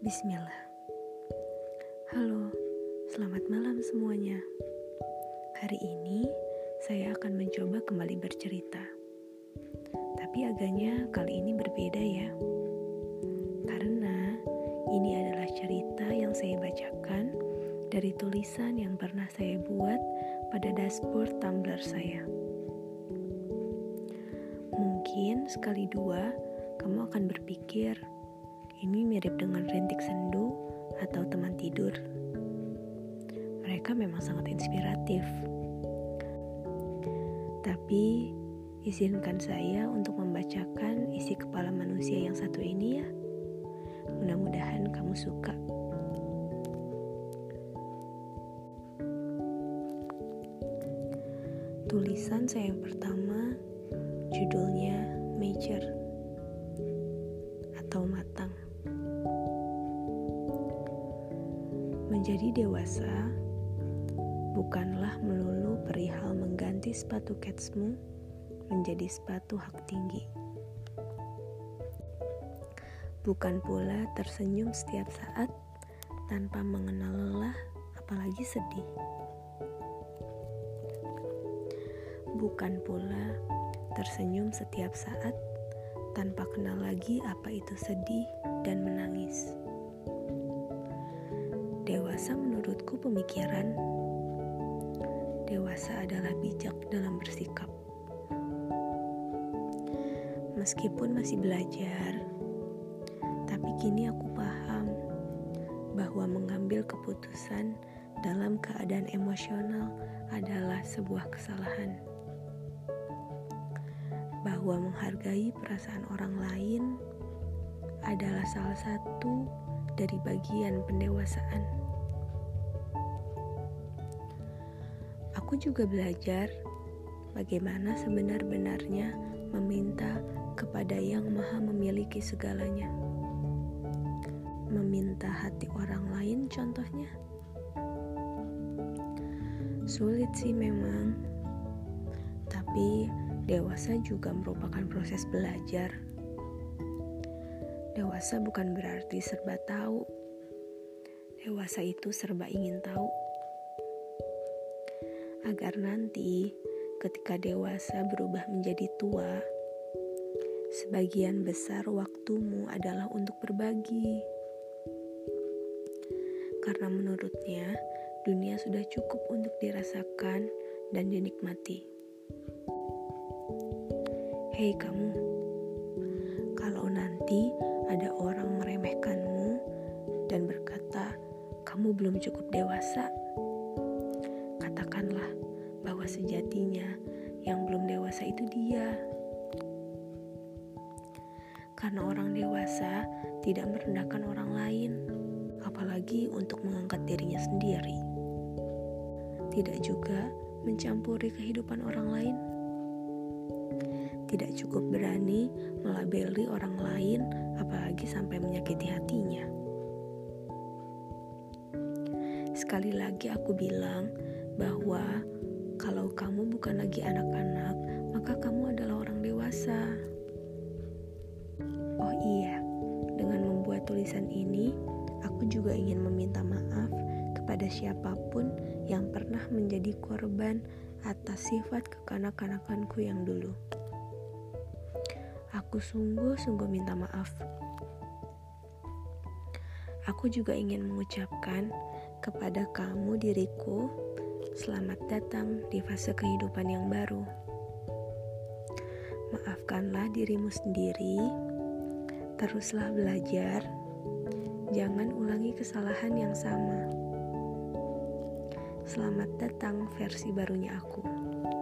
Bismillah. Halo, selamat malam semuanya. Hari ini saya akan mencoba kembali bercerita. Tapi agaknya kali ini berbeda ya. Karena ini adalah cerita yang saya bacakan dari tulisan yang pernah saya buat pada dashboard Tumblr saya. Mungkin sekali dua kamu akan berpikir, ini mirip dengan rintik sendu atau teman tidur. Mereka memang sangat inspiratif. Tapi, izinkan saya untuk membacakan isi kepala manusia yang satu ini ya. Mudah-mudahan kamu suka. Tulisan saya yang pertama, judulnya Mature atau matang. Menjadi dewasa bukanlah melulu perihal mengganti sepatu ketsmu menjadi sepatu hak tinggi. Bukan pula tersenyum setiap saat tanpa mengenal lelah apalagi sedih. Bukan pula tersenyum setiap saat tanpa kenal lagi apa itu sedih dan menangis. Dewasa menurutku pemikiran. Dewasa adalah bijak dalam bersikap. Meskipun masih belajar, tapi kini aku paham bahwa mengambil keputusan dalam keadaan emosional adalah sebuah kesalahan. Bahwa menghargai perasaan orang lain adalah salah satu dari bagian pendewasaan. Aku juga belajar bagaimana sebenar-benarnya meminta kepada Yang Maha memiliki segalanya. Meminta hati orang lain contohnya. Sulit sih memang, tapi dewasa juga merupakan proses belajar. Dewasa bukan berarti serba tahu. Dewasa itu serba ingin tahu. Agar nanti ketika dewasa berubah menjadi tua, sebagian besar waktumu adalah untuk berbagi. Karena menurutnya dunia sudah cukup untuk dirasakan dan dinikmati. Hei kamu, kalau nanti ada orang meremehkanmu dan berkata, kamu belum cukup dewasa, katakanlah bahwa sejatinya yang belum dewasa itu dia. Karena orang dewasa tidak merendahkan orang lain, apalagi untuk mengangkat dirinya sendiri. Tidak juga mencampuri kehidupan orang lain. Tidak cukup berani melabeli orang lain, apalagi sampai menyakiti hatinya. Sekali lagi aku bilang bahwa kalau kamu bukan lagi anak-anak, maka kamu adalah orang dewasa. Oh iya, dengan membuat tulisan ini, aku juga ingin meminta maaf kepada siapapun yang pernah menjadi korban atas sifat kekanak-kanakanku yang dulu. Aku sungguh-sungguh minta maaf. Aku juga ingin mengucapkan kepada kamu diriku, selamat datang di fase kehidupan yang baru. Maafkanlah dirimu sendiri, teruslah belajar, jangan ulangi kesalahan yang sama. Selamat datang versi barunya aku.